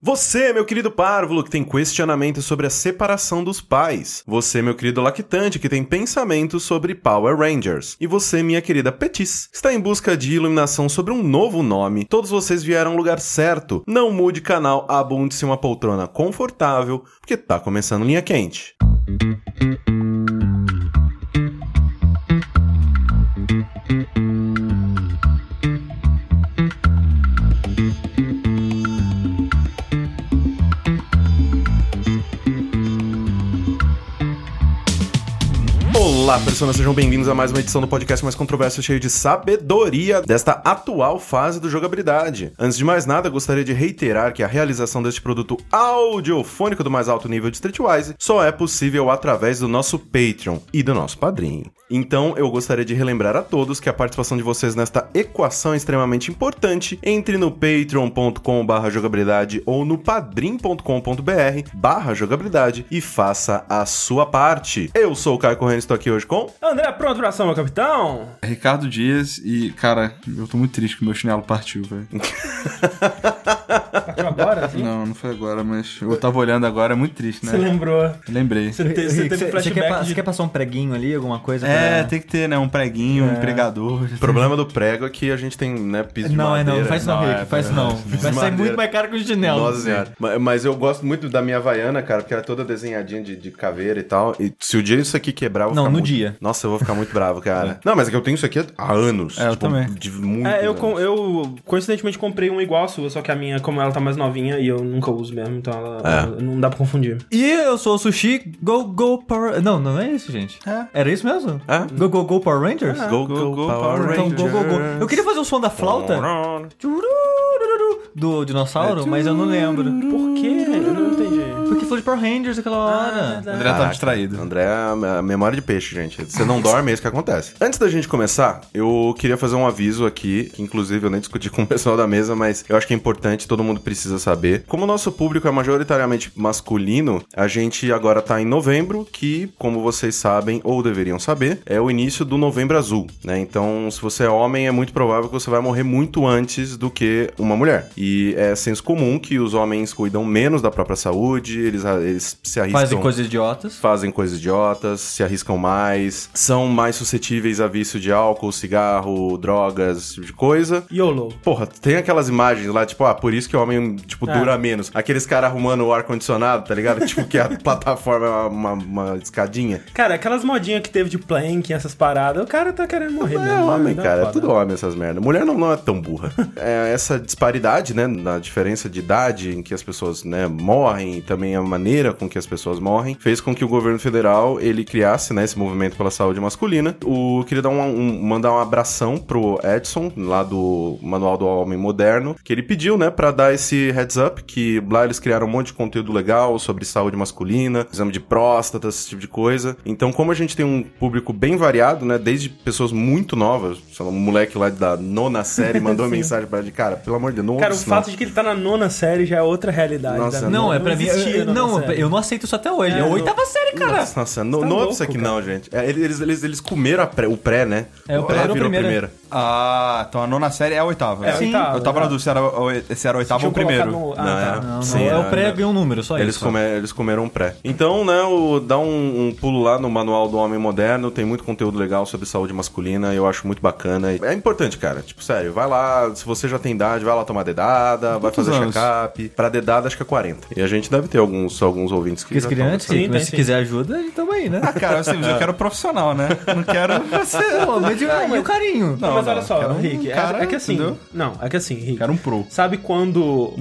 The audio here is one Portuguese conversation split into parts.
Você, meu querido párvulo, que tem questionamentos sobre a separação dos pais. Você, meu querido lactante, que tem pensamentos sobre Power Rangers. E você, minha querida Petis, está em busca de iluminação sobre um novo nome. Todos vocês vieram ao lugar certo. Não mude canal, abunde-se uma poltrona confortável, porque tá começando Linha Quente. Olá, pessoas, sejam bem-vindos a mais uma edição do podcast mais controverso, cheio de sabedoria desta atual fase do jogabilidade. Antes de mais nada, gostaria de reiterar que a realização deste produto audiofônico do mais alto nível de Streetwise só é possível através do nosso Patreon e do nosso padrinho. Então, eu gostaria de relembrar a todos que a participação de vocês nesta equação é extremamente importante. Entre no patreon.com/jogabilidade ou no padrim.com.br/jogabilidade e faça a sua parte. Eu sou o Caio Corrêa e estou aqui hoje com... André, pronto pra ação, meu capitão? Ricardo Dias e, cara, eu tô muito triste que o meu chinelo partiu, velho. Partiu agora, assim? Não foi agora, mas eu tava olhando agora, é muito triste, né? Você lembrou? Lembrei. Você teve um flashback Você quer passar um preguinho ali, alguma coisa? Tem que ter, né? Um preguinho, um pregador. O problema do prego é que a gente tem, né, piso de madeira. Não faz isso não, Rick, faz isso não. Vai sair muito mais caro que o chinelo. Nossa senhora. Mas eu gosto muito da minha Havaiana, cara, porque ela é toda desenhadinha de caveira e tal. E se o dia isso aqui quebrar, eu vou ficar no muito... dia. Nossa, eu vou ficar muito bravo, cara. Não, mas é que eu tenho isso aqui há anos. Eu também. De muito eu coincidentemente comprei um igual a sua, só que a minha, como ela tá mais novinha e eu nunca uso mesmo, então ela não dá pra confundir. E eu sou o Sushi, Go Power... Não é isso, gente. Era isso mesmo? Go Power Rangers? Go Power Rangers. Então, go. Eu queria fazer o som da flauta do dinossauro, mas eu não lembro. Por quê? Eu não entendi. Porque foi de Power Rangers aquela hora. André tava distraído. André é a memória de peixe, gente. Você não dorme, é isso que acontece. Antes da gente começar, eu queria fazer um aviso aqui, que inclusive eu nem discuti com o pessoal da mesa, mas eu acho que é importante, todo mundo precisa saber. Como o nosso público é majoritariamente masculino, a gente agora tá em novembro, que, como vocês sabem, ou deveriam saber, é o início do Novembro Azul, né? Então, se você é homem, é muito provável que você vai morrer muito antes do que uma mulher. E é senso comum que os homens cuidam menos da própria saúde, eles se arriscam... Fazem coisas idiotas, se arriscam mais, são mais suscetíveis a vício de álcool, cigarro, drogas, esse tipo de coisa. YOLO. Porra, tem aquelas imagens lá, tipo, por isso que o homem, dura menos. Aqueles caras arrumando o ar-condicionado, tá ligado? Tipo, que a plataforma é uma escadinha. Cara, aquelas modinhas que teve de plank, essas paradas, o cara tá querendo morrer mesmo. É homem, cara, é tudo homem essas merdas. Mulher não é tão burra. Essa disparidade, né, na diferença de idade em que as pessoas, né, morrem e também a maneira com que as pessoas morrem, fez com que o governo federal, ele criasse, né, esse movimento pela saúde masculina. Queria mandar um abração pro Edson, lá do Manual do Homem Moderno, que ele pediu, né, pra dar esse heads up, que lá eles criaram um monte de conteúdo legal sobre saúde masculina, exame de próstata, esse tipo de coisa. Então, como a gente tem um público bem variado, né, desde pessoas muito novas, sei lá, um moleque lá da 9ª série mandou mensagem pra ele, cara, pelo amor de Deus, cara, o fato de que ele tá na 9ª série já é outra realidade. Nossa, não, pra mim, eu não aceito isso até hoje. É a 8ª série, cara. Nossa, não é isso aqui não, gente. Eles comeram o pré, né? O pré virou primeira. Então a 9ª série é a 8ª. É a 8ª. Eu tava na dúvida se era a 8ª ou o primeiro. Não, é o pré ganhou um número, só eles isso. Eles comeram um pré. Então, né, dá um pulo lá no Manual do Homem Moderno, tem muito conteúdo legal sobre saúde masculina, eu acho muito bacana. É importante, cara, tipo, sério, vai lá, se você já tem idade, vai lá tomar dedada, vai fazer check-up. Pra dedada, acho que é 40. E a gente deve ter alguns ouvintes que já crianças, se quiser ajuda, tamo aí, né? Cara, assim, eu quero profissional, né? Não quero você. E o carinho? Não, mas olha só, Rick, cara, é que assim... entendeu? Não, é que assim, Rick... Quero um pro. Sabe quando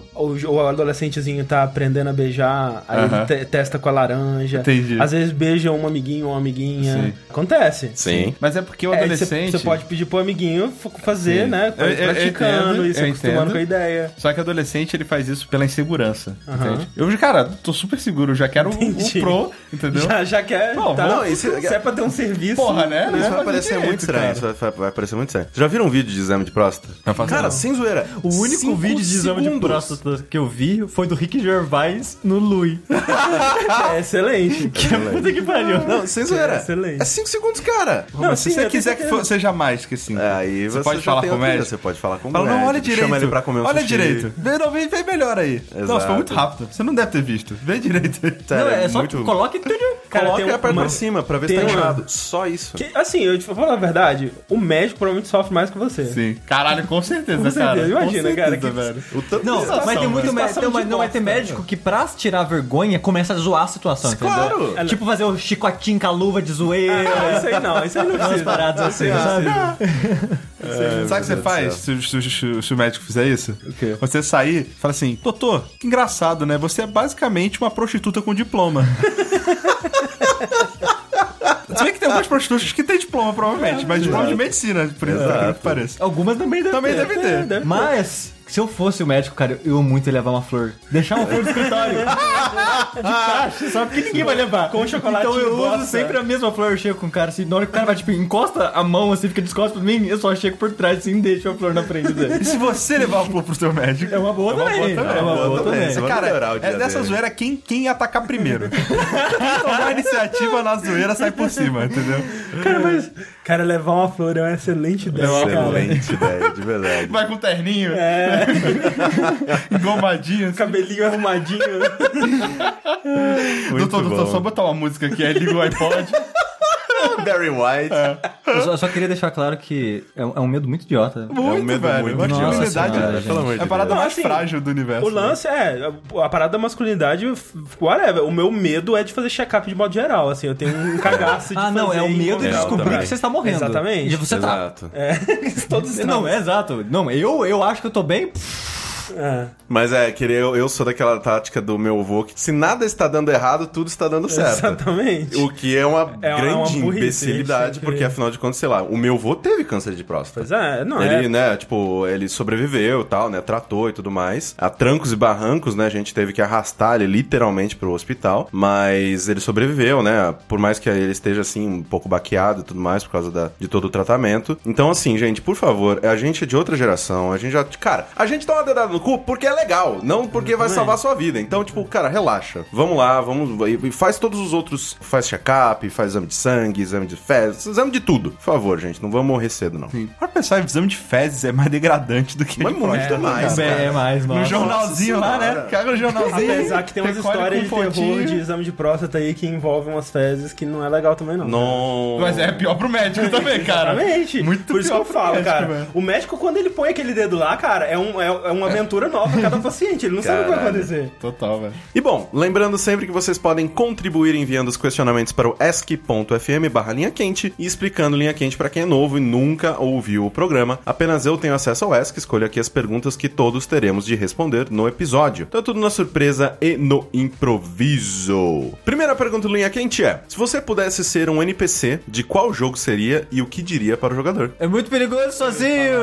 o adolescentezinho tá aprendendo a beijar, aí ele testa com a laranja. Entendi. Às vezes beija um amiguinho ou uma amiguinha. Sim. Acontece. Sim. Mas é porque o adolescente... Você pode pedir pro amiguinho fazer, sim, né? Praticando e se acostumando com a ideia. Só que o adolescente, ele faz isso pela insegurança, entende? Eu, cara, tô super seguro, já quero o pro, entendeu? Já quer... Não, se é pra ter um serviço... Porra, né? Isso vai parecer muito estranho. Isso vai parecer parecer muito sério. Vocês já viram um vídeo de exame de próstata? Cara, sem zoeira. O único vídeo de exame de próstata que eu vi foi do Rick Gervais no Lui. É excelente. Que puta que pariu. Não, sem zoeira. É excelente. É 5 segundos, cara. Não, se você quiser que seja mais que 5. Aí você pode falar com o médico. Você pode falar com o Fala, médico. não, olha direito. Chama ele pra comer um olha sushi. direito. Não, vem melhor aí. Exato. Nossa, foi muito rápido. Você não deve ter visto. Vê direito aí. Sério, Não, é só muito... coloque tudo. Cara, Coloca tem e aperta uma- pra cima pra ver se tem tá uma- inchado. Só isso. Assim, eu te vou falar a verdade, o médico provavelmente sofre mais que você. Sim. Caralho, com certeza, Com certeza, cara. imagina, Com cara, certeza, que- velho. O tanto Não, de mas tem muito situação médico, de não vai ter bosta, médico que pra tirar vergonha começa a zoar a situação, Claro. entendeu? Tipo fazer o chicotinho com a luva de zoeira. Isso aí não Umas precisa. paradas assim, sabe? Sabe o que você faz se o médico fizer isso? O quê? Você sair, fala assim, doutor, que engraçado, né? Você é basicamente uma prostituta com diploma. Se bem que tem algumas prostitutas que têm diploma, provavelmente, mas diploma de medicina, por isso que parece. Algumas também devem Também deve ter. Mas, se eu fosse o médico, cara, eu muito ia levar uma flor. Deixar uma flor no escritório. De praxe, só porque ninguém vai levar. Com chocolatinho, Então eu uso bosta. sempre a mesma flor. Eu chego com o cara assim, na hora que o cara vai, tipo, encosta a mão assim, fica descosta pra mim, eu só chego por trás assim e deixo a flor na frente dele. E se você levar o flor pro seu médico? É uma boa também. também. É uma boa também. Você vai melhorar o dia Cara, nessa dele. zoeira, quem ia atacar primeiro? Quem tomar a iniciativa na zoeira sai por cima, entendeu? Cara, levar uma flor é uma excelente ideia, cara. Excelente ideia, de verdade. Vai com terninho, engomadinho. Assim. Cabelinho arrumadinho. Doutor, bom. só botar uma música aqui, aí liga o iPod. Barry White. Eu só queria deixar claro que é um medo muito idiota. Muito, medo velho. muito Eu acho que a Nossa humanidade senhora, é, gente. Pelo amor de é a parada Deus. mais Assim, frágil do universo. O lance a parada da masculinidade, whatever. O meu medo é de fazer check-up de modo geral, assim. Eu tenho um cagaço de Ah, não, fazer é o medo de encontrar descobrir também. que você está morrendo. Exatamente. E você tá. Exato. Todos Não, é exato. Não, eu acho que eu tô bem. Mas eu sou daquela tática do meu avô que se nada está dando errado, tudo está dando certo. Exatamente. O que é uma É uma grande burrice, imbecilidade, gente. porque afinal de contas, sei lá, o meu avô teve câncer de próstata. Pois é, não Ele, né, tipo, ele sobreviveu e tal, né, tratou e tudo mais. A trancos e barrancos, né, a gente teve que arrastar ele literalmente pro hospital, mas ele sobreviveu, né, por mais que ele esteja, assim, um pouco baqueado e tudo mais, por causa de todo o tratamento. Então, assim, gente, por favor, a gente é de outra geração, a gente já, cara, a gente dá uma dedada no cu porque é legal, não porque vai salvar a sua vida. Então, tipo, cara, relaxa. Vamos lá, e faz todos os outros, faz check-up, faz exame de sangue, exame de fezes, exame de tudo. Por favor, gente, não vamos morrer cedo, não. Sim. Pra pensar, o exame de fezes é mais degradante do que Mas de muito próstata, demais, cara. cara. É mais, No mano. jornalzinho lá, né? Senhora. Caga no jornalzinho. Apesar que tem umas recolhe histórias com de terror fotinho. de exame de próstata aí que envolvem umas fezes que não é legal também, não. Não. Mas é pior pro médico também, cara. Exatamente. Muito Por isso que pior eu pro falo, médico, cara. velho. O médico, quando ele põe aquele dedo lá, cara, é uma aventura nova a cada paciente. Ele não sabe o que vai Caralho. acontecer. Total, velho. E bom, lembrando sempre que vocês podem contribuir enviando os questionamentos para o ask.fm/linha quente e explicando linha quente para quem é novo e nunca ouviu o programa. Apenas eu tenho acesso ao Ask, escolho aqui as perguntas que todos teremos de responder no episódio. Então tudo na surpresa e no improviso. Primeira pergunta do linha quente é: se você pudesse ser um NPC, de qual jogo seria e o que diria para o jogador? É muito perigoso sozinho.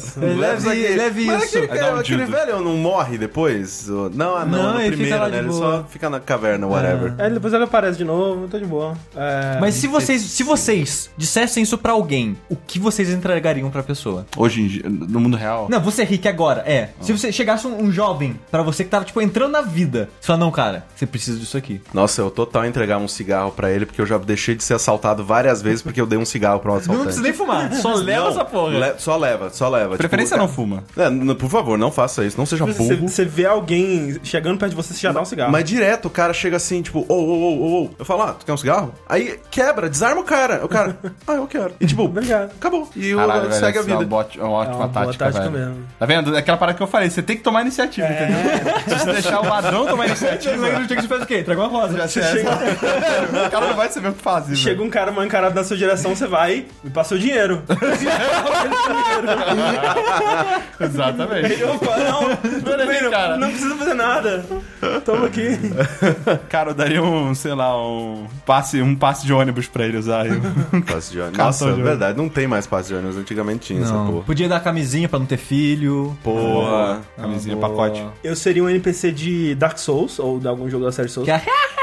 Leve Mas isso. aquele velho não morre depois? Não, Não, no ele fica primeiro, lá né? de Ele boa. só fica na caverna, whatever. Aí depois ele aparece de novo, tá de boa. Mas se vocês dissessem isso pra alguém, o que vocês entregariam pra pessoa? Hoje, no mundo real... Não, você é rico agora, Se você chegasse um jovem pra você que tava, tipo, entrando na vida, você fala, não, cara, você precisa disso aqui. Nossa, eu total entregar um cigarro pra ele, porque eu já deixei de ser assaltado várias vezes porque eu dei um cigarro pra um assaltante. Não precisa nem fumar, só leva essa porra. Só leva. Preferência Tipo, não fuma. por favor, não faça isso, não seja burro. Você vê alguém chegando perto de você, você já dá um cigarro. Mas direto, o cara chega assim, tipo, ô. Eu falo, tu quer um cigarro? Aí quebra, desarma o cara. O cara, eu quero. E tipo, Obrigado. acabou. E Caralho, velho, segue a essa é vida. uma ótima boa tática, tática velho. mesmo. Tá vendo? É aquela parada que eu falei, você tem que tomar iniciativa, entendeu? Se você deixar o ladrão tomar iniciativa... Você faz o quê? Traga uma rosa. Já o cara não vai saber o que fazer, Chega um cara mal encarado na sua direção, você vai e passa o dinheiro. Exatamente. Ele fala, não, cara. não precisa fazer nada. Toma aqui. Cara, eu daria um passe de ônibus pra ele usar. Passe de ônibus. Cartão Nossa, de é ônibus. verdade, não tem mais passe de ônibus. Antigamente tinha essa Não, porra. podia dar camisinha pra não ter filho. Porra. Camisinha, Boa. pacote. Eu seria um NPC de Dark Souls, ou de algum jogo da série Souls. Que é-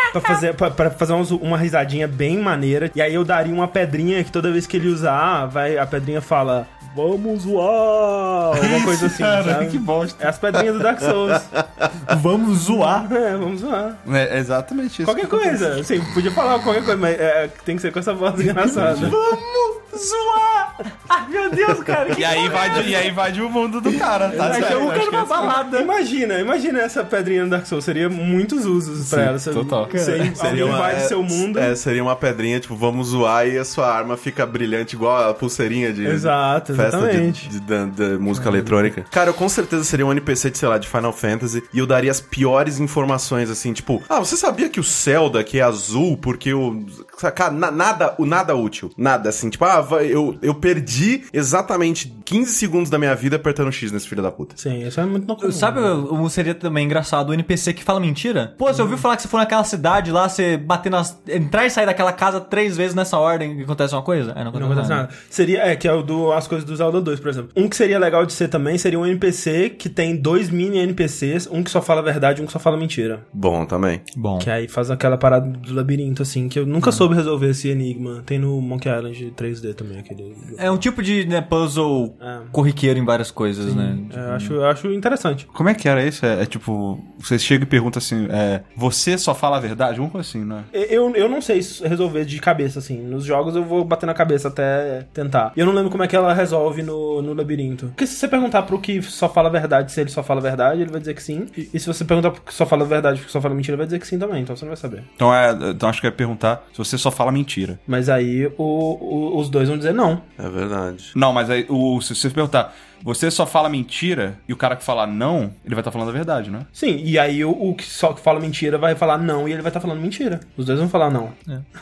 pra fazer uma risadinha bem maneira. E aí eu daria uma pedrinha que toda vez que ele usar, a pedrinha fala... Vamos zoar! Alguma coisa assim, cara, sabe? Que bosta. É as pedrinhas do Dark Souls. Vamos zoar? Vamos zoar. É exatamente isso. Qualquer coisa. Assim, podia falar qualquer coisa, mas tem que ser com essa voz engraçada. Vamos zoar! Ai, meu Deus, cara. E aí invade o mundo do cara, tá? Aí chama o cara numa balada. Imagina essa pedrinha no Dark Souls. Seria muitos usos pra ela. Total. Alguém invade seu mundo. Seria uma pedrinha, tipo, vamos zoar e a sua arma fica brilhante igual a pulseirinha de... Exato, exatamente. de música eletrônica. Cara, eu com certeza seria um NPC de, sei lá, de Final Fantasy e eu daria as piores informações, assim, tipo... você sabia que o Zelda que é azul porque o... Cara, nada útil. Nada, assim, tipo... eu perdi exatamente 15 segundos da minha vida apertando X nesse filho da puta. Sim, isso é muito não comum. Sabe, seria também engraçado o NPC que fala mentira? Pô, você ouviu falar que você for naquela cidade lá, você entrar e sair daquela casa 3 vezes nessa ordem e acontece uma coisa? Não acontece nada. Seria, que é as coisas do Zelda 2, por exemplo. Um que seria legal de ser também seria um NPC que tem 2 mini NPCs, um que só fala a verdade e um que só fala mentira. Bom, também. Bom. Que aí faz aquela parada do labirinto, assim, que eu nunca soube resolver esse enigma. Tem no Monkey Island 3D também, aquele... É um tipo de puzzle corriqueiro em várias coisas, né? Eu acho interessante. Como é que era isso? É tipo, você chega e pergunta assim, você só fala a verdade? Alguma coisa assim, né? Eu não sei resolver de cabeça, assim. Nos jogos eu vou bater na cabeça até tentar. E eu não lembro como é que ela resolve no labirinto. Porque se você perguntar pro que só fala a verdade, se ele só fala a verdade, ele vai dizer que sim. E se você perguntar pro que só fala a verdade, pro que só fala mentira, ele vai dizer que sim também. Então você não vai saber. Então acho que é perguntar se você só fala mentira. Mas aí os dois vão dizer não. É verdade. Não, mas aí se você perguntar, você só fala mentira e o cara que fala não, ele vai estar falando a verdade, né? Sim, e aí o que só fala mentira vai falar não e ele vai estar falando mentira. Os dois vão falar não.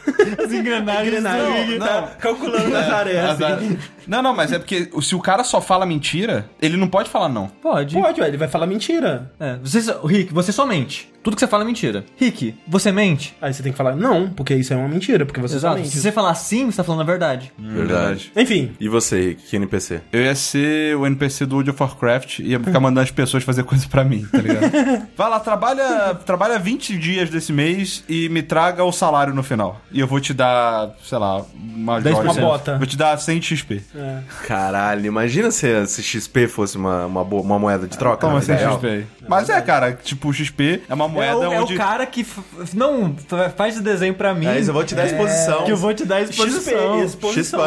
As engrenagens. Tá calculando as áreas. Não, mas é porque se o cara só fala mentira, ele não pode falar não. Pode, ele vai falar mentira. Rick, você só mente. Tudo que você fala é mentira. Rick, você mente? Aí você tem que falar não, porque isso é uma mentira, porque você só mente. Se você falar sim, você tá falando a verdade. Verdade. Enfim. E você, Rick, que NPC? Eu ia ser o NPC do World of Warcraft e ia ficar mandando as pessoas fazer coisas pra mim, tá ligado? Vai lá, trabalha 20 dias desse mês e me traga o salário no final. E eu vou te dar, sei lá, uma bota. Vou te dar 100 XP. Caralho, imagina se XP fosse uma moeda de troca. Toma na 100 vida real. XP aí. Mas cara, tipo, o XP é uma moeda onde... É o cara que não faz esse desenho pra mim. Mas eu vou te dar exposição. Que eu vou te dar exposição. Exposição.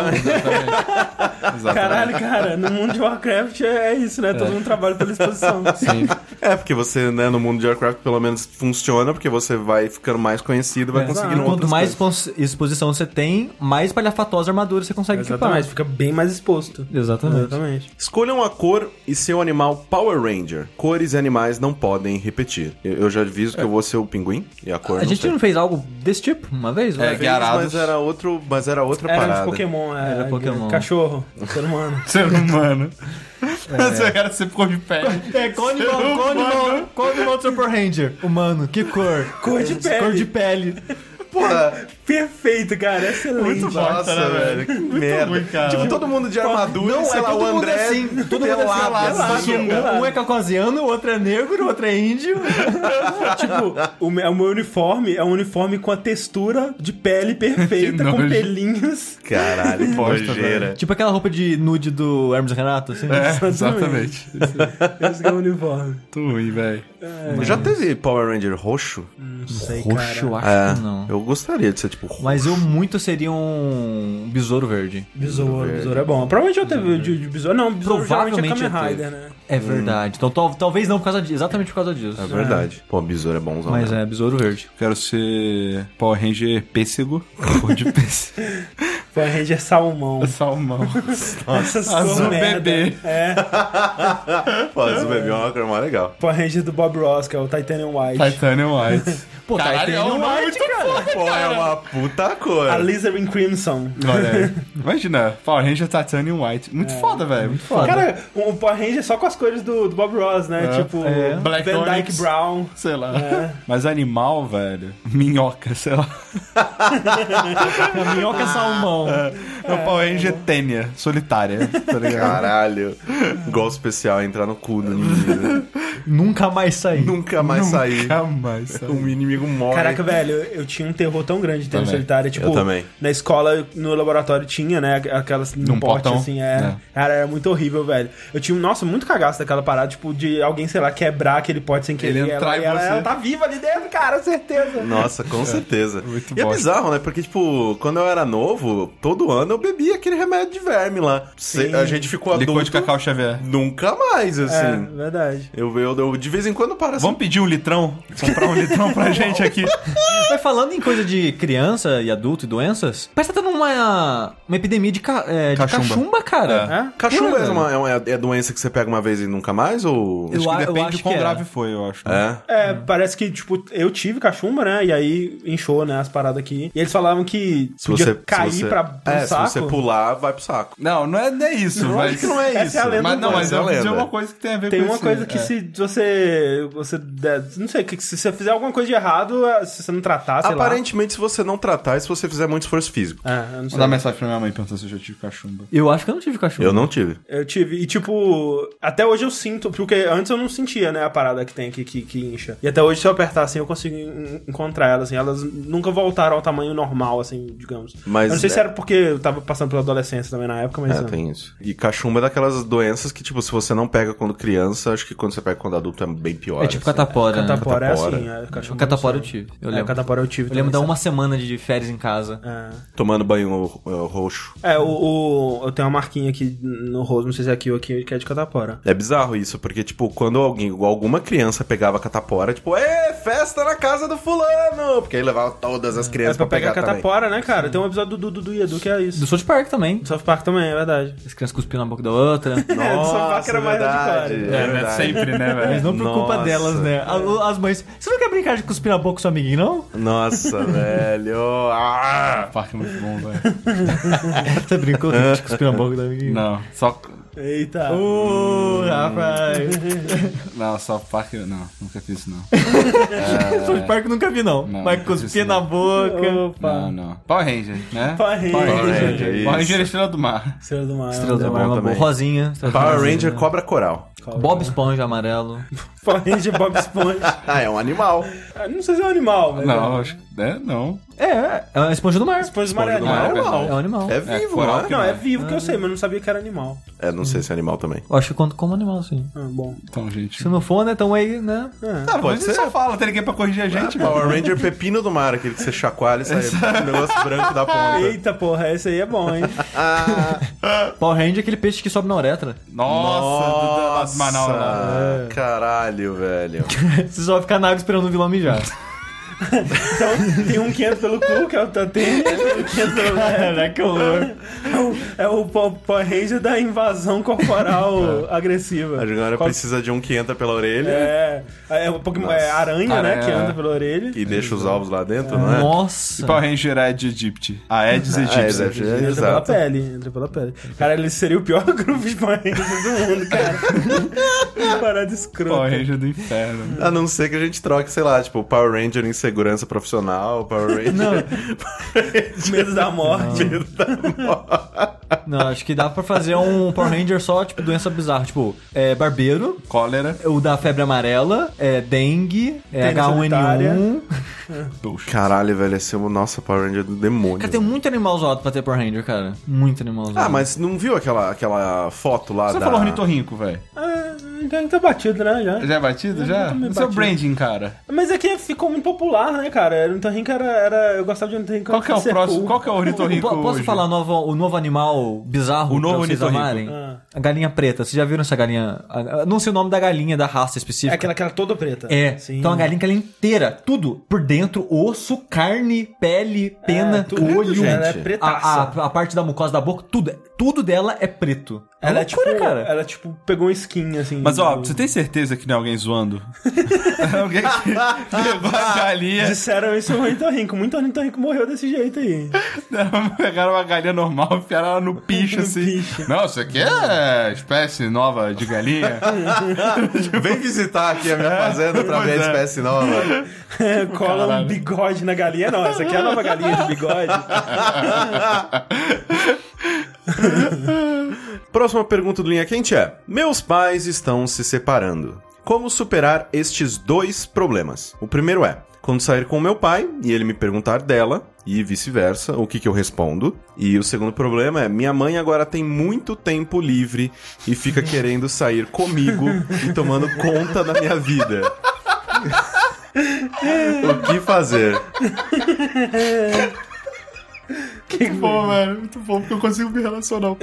Exatamente. Caralho, cara, no mundo de Warcraft é isso, né? Todo mundo trabalha pela exposição. Sim. Porque você, né, no mundo de Warcraft pelo menos funciona, porque você vai ficando mais conhecido, vai conseguindo outras Quanto mais coisas. exposição você tem, mais palhafatosa armadura você consegue Exatamente, fica bem mais exposto. Exatamente. Escolham a cor e seu animal Power Ranger. Cores e animais não podem repetir. Eu já aviso que eu vou ser o pinguim e a cor A gente não fez algo desse tipo uma vez? mas era outra parada. Era de Pokémon, Era Pokémon. Cachorro, ser humano. Ser humano. Você era sempre cor de pele. Qual animal do Super Ranger? Humano, que cor? Cor de pele. Cor de pele. Porra, perfeito, cara. Excelente. Muito nossa, né, velho. Que merda. ruim, cara. Tipo, todo mundo de armadura, Não, sei lá, todo o mundo André assim, todo mundo pelado. pelado. Um é caucasiano, o outro é negro, o outro é índio. Tipo, o meu uniforme é um uniforme com a textura de pele perfeita, com pelinhos. Caralho, que nojeira. Tipo aquela roupa de nude do Hermes e Renato, assim. Exatamente. Esse é o uniforme. Muito ruim, velho. Já teve Power Ranger roxo? Não sei, Roxo, eu cara. acho que não. Eu gostaria de ser tipo roxo. Mas eu muito seria um besouro verde. Besouro é bom. Provavelmente já teve de besouro. Não, besouro Provavelmente geralmente é Kamen já Rider, teve. né? É verdade. Então talvez não exatamente por causa disso. É verdade. Pô, besouro é bonzão. Mas né? besouro verde. Quero ser Power Ranger pêssego. Cor de pêssego. Power Ranger salmão. Salmão. Essas Azul merda. bebê. Pô, azul bebê é uma cor mais legal. Power Ranger do Bob Ross, que é o Titanium White. Titanium White. Pô, Caralho, Titanium é um nome White, muito cara. Pô, é uma puta cor. Alizarin Crimson. Olha aí. Imagina, Power Ranger Titanium White. Muito foda, velho. Muito foda. Cara, o Power Ranger só com as cores do Bob Ross, né? Tipo, Black Van Dyke Onyx. Brown. Sei lá. Mas animal, velho. Minhoca, sei lá. A minhoca salmão. É o Power Ranger Tênia, solitária, tá ligado? Caralho. Golpe especial, entrar no cu do inimigo. Nunca mais sair. Nunca mais sair. Nunca mais sair. O inimigo morre. Caraca, velho, eu tinha um terror tão grande de ter Também. solitária. Tipo, Eu também. na escola, no laboratório tinha, né, aquelas Num pote, portão. assim, É. Cara, era muito horrível, velho. Eu tinha, nossa, muito cagaço daquela parada, tipo, de alguém, sei lá, quebrar aquele pote sem querer. Ele entrar em ela, você. ela tá viva ali dentro, cara, certeza. Nossa, com certeza. muito E é bosta. bizarro, né? Porque, tipo, quando eu era novo, todo ano eu bebia aquele remédio de verme lá. A gente ficou Licor adulto. de Cacau Xavier. Nunca mais, É, assim. verdade. Eu de vez em quando paro assim. Vamos pedir um litrão? Comprar um litrão pra gente aqui. Mas falando em coisa de criança e adulto e doenças, parece que tá tendo uma epidemia de Cachumba. cachumba, cara. Cachumba Pura, é doença que você pega uma vez e nunca mais? Ou. Eu Acho que depende acho de quão que é. grave foi, eu acho. Né? É? Parece que, tipo, eu tive cachumba, né? E aí inchou, né, as paradas aqui. E eles falavam que podia cair pro saco. Se você pular, vai pro saco. Não é isso. Não, mas acho que não é essa isso. É a lenda, Mas não, mas essa é a eu vou dizer lenda. uma coisa que tem a ver Tem com uma isso. coisa que se você der, não sei, que se você fizer alguma coisa de errado, se você não tratar, sei lá. Aparentemente, se você não tratar, e se você fizer muito esforço físico. Eu não Vou sei. dar mensagem pra minha mãe perguntando se eu já tive cachumba. Eu acho que eu não tive cachumba. Eu não tive. Eu tive. E, tipo, até hoje eu sinto, porque antes eu não sentia, né, a parada que tem aqui que incha. E até hoje, se eu apertar assim, eu consigo encontrar elas, assim. Elas nunca voltaram ao tamanho normal, assim, digamos. Mas eu não sei se era porque eu tava passando pela adolescência também na época, mas... Tem isso. E cachumba é daquelas doenças que, tipo, se você não pega quando criança, acho que quando você pega quando adulto é bem pior. É tipo assim. catapora, né? Catapora é Catapora. assim. O catapora eu tive. Eu lembro. Catapora eu tive Eu lembro também, de uma semana de férias em casa. Tomando banho roxo. eu tenho uma marquinha aqui no rosto, não sei se é aqui ou aqui, que é de catapora. É bizarro isso, porque, tipo, quando alguma criança pegava catapora, tipo, festa na casa do fulano! Porque aí levava todas as crianças Pra pegar também. catapora, né, cara? Tem um episódio do Dudu e Edu que é isso. Do South Park também. Do South Park também, é verdade. As crianças cuspindo na boca da outra. Do South Park era mais verdade. hardcore. É, né? Sempre, né, velho? Mas não por culpa Nossa. delas, né? As mães. Você não quer brincar de cuspir na boca com seu amiguinho, não? Nossa, velho. Parque é muito bom, velho. Você brincou de cuspir na boca do amiguinho? Não, só... Eita. Rapaz. Não, só parque... Não, nunca fiz isso, não. South Park nunca vi, não. Não, Mas nunca vi cuspir isso, na não. boca. Não. Power Ranger, né? Power Ranger. Ranger, Power Ranger isso. é Estrela do Mar. Estrela do Mar. Estrela do É Mar, bom uma também. boa. Rosinha. Power Ranger Cobra Coral. Bob Esponja amarelo. Power Ranger Bob Esponja. É um animal. Não sei se é um animal, mas... Não, acho que... Não. É uma esponja do mar. Esponja do Mar é Esponja do Mar é animal. animal. É um animal. É vivo, coral não é? que Não, é vivo que eu sei, mas não sabia que era animal. Não sei se é animal também. Eu acho que conta como animal, sim. Bom. Então, gente... Se não for, né? Então aí, né? Pode ser. Você só fala, tem ninguém pra corrigir a gente, mano. Power Ranger Pepino do Mar, aquele que você chacoalha e sai um negócio branco da ponta. Eita, porra, esse aí é bom, hein? Power Ranger é aquele peixe que sobe na uretra. Nossa, do Manaus lá. Caralho, velho. Você só vai ficar na água esperando o vilão mijar. Então, tem um que entra pelo cu, que é o Tatene, tem um que entra pelo... Caraca, horror. É o Power Ranger da invasão corporal agressiva. Agora precisa de um que entra pela orelha É o Pokémon, é aranha, né? Que anda pela orelha. e deixa os ovos lá dentro, não é? Nossa. E Power Ranger é de Egypt. A Aedes aegypti. Aedes aegypti. Entra pela Exato. pele, entra pela pele. Cara, ele seria o pior grupo de Power Rangers do mundo, cara. Parada escrota. Power Ranger do inferno. A não ser que a gente troque, sei lá, tipo, Power Ranger em segurança profissional, Power Ranger... Medo da morte. Não, acho que dá pra fazer um Power Ranger só, tipo, doença bizarra. Tipo, barbeiro, Cólera. o da febre amarela, dengue, Tênis solitária. H1N1. Caralho, velho, esse é o nosso Power Ranger do demônio. Cara, tem muito animal zoado pra ter Power Ranger, cara. Muito animal zoado. Ah, mas não viu aquela foto lá Você da... falou ornitorrinco, velho. Tá batido, né? Já. Já é batido, já? tô meio No seu batido. branding, cara. Mas é que ficou muito popular, né, cara? O Ornitorrinco era... Eu gostava de Ornitorrinco. Qual que é o próximo? Qual que é o ornitorrinco Posso hoje? falar o novo animal bizarro O novo pra vocês ornitorrinco. amarem? A galinha preta. Vocês já viram essa galinha? Não sei o nome da galinha, da raça É específica. aquela toda preta. Sim. Então a galinha que ela é inteira, tudo por dentro, osso, carne, pele, pena, tudo, olho, ela é pretaça. a parte da mucosa da boca, tudo dela é preto. Ela loucura, cara. Ela, tipo, pegou um skin, assim. Mas, ó, você tem certeza que não é alguém zoando? É alguém que pegou a galinha... Disseram isso no ornitorrinco. Muito ornitorrinco morreu desse jeito aí. Pegaram uma galinha normal e enfiaram ela no picho, No assim. picho. Não, isso aqui é espécie nova de galinha. Vem visitar aqui a minha fazenda pra ver a Pois é. espécie nova. Cola um bigode na galinha. Não, essa aqui é a nova galinha de bigode. Próxima pergunta do Linha Quente é: meus pais estão se separando. Como superar estes dois problemas? O primeiro é: quando sair com meu pai e ele me perguntar dela, e vice-versa, o que eu respondo. E o segundo problema é: minha mãe agora tem muito tempo livre e fica querendo sair comigo e tomando conta da minha vida. O que fazer? Muito bom, velho. Muito bom, porque eu consigo me relacionar.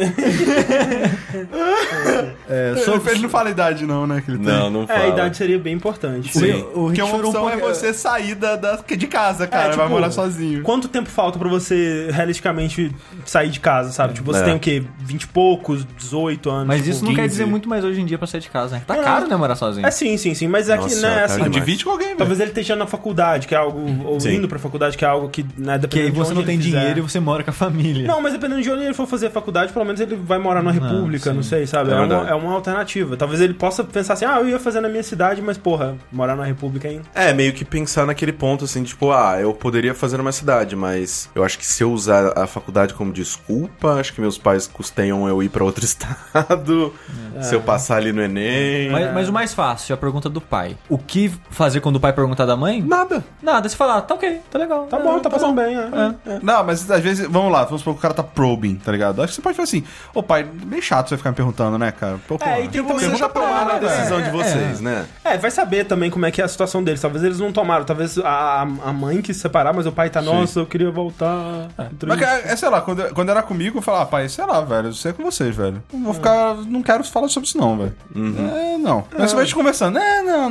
Ele não fala a idade, não, né? Que ele tem. Não fala. A idade seria bem importante. Sim. Porque uma opção é você sair de casa, cara. Vai morar sozinho. Quanto tempo falta pra você, realisticamente, sair de casa, sabe? Tipo, você tem o quê? 20 e poucos, 18 anos. Mas tipo, isso não quer 15. dizer muito mais hoje em dia pra sair de casa, né? Tá caro, né, morar sozinho. É sim. Mas é que, Nossa, né, cara, assim... demais. Divide com alguém, velho. Talvez ele esteja na faculdade, que é algo... Ou Sim. indo pra faculdade, que é algo que, né, Porque aí dependendo de você onde não tem ele fizer. dinheiro e você mora com a família. Não, mas dependendo de onde ele for fazer a faculdade, pelo menos ele vai morar numa república, sim. não sei, sabe? É É verdade. uma alternativa. Talvez ele possa pensar assim, eu ia fazer na minha cidade, mas, porra, morar numa república, hein? É, meio que pensar naquele ponto, assim, tipo, eu poderia fazer numa cidade, mas eu acho que se eu usar a faculdade como desculpa, acho que meus pais custeiam eu ir pra outro estado, se eu passar ali no Enem... Mas o mais fácil, a pergunta do pai. O que fazer quando o pai perguntar da mãe? Nada. Nada, você fala, tá ok, tá legal. Tá bom, tá passando bem, Não, mas às vezes, vamos supor que o cara tá probing, tá ligado? Acho que você pode falar assim, ô pai, bem chato você ficar me perguntando, né, cara? Pô, E tem também... Vocês já tomaram a decisão de vocês, né? Vai saber também como é que é a situação deles. Talvez eles não tomaram. Talvez a mãe quis separar, mas o pai tá, nossa, eu queria voltar. Mas, sei lá, quando era comigo, eu falava, pai, sei lá, velho, eu sei com vocês, velho. Não vou ficar, não quero falar sobre isso não, velho. Não. Mas você vai te conversando,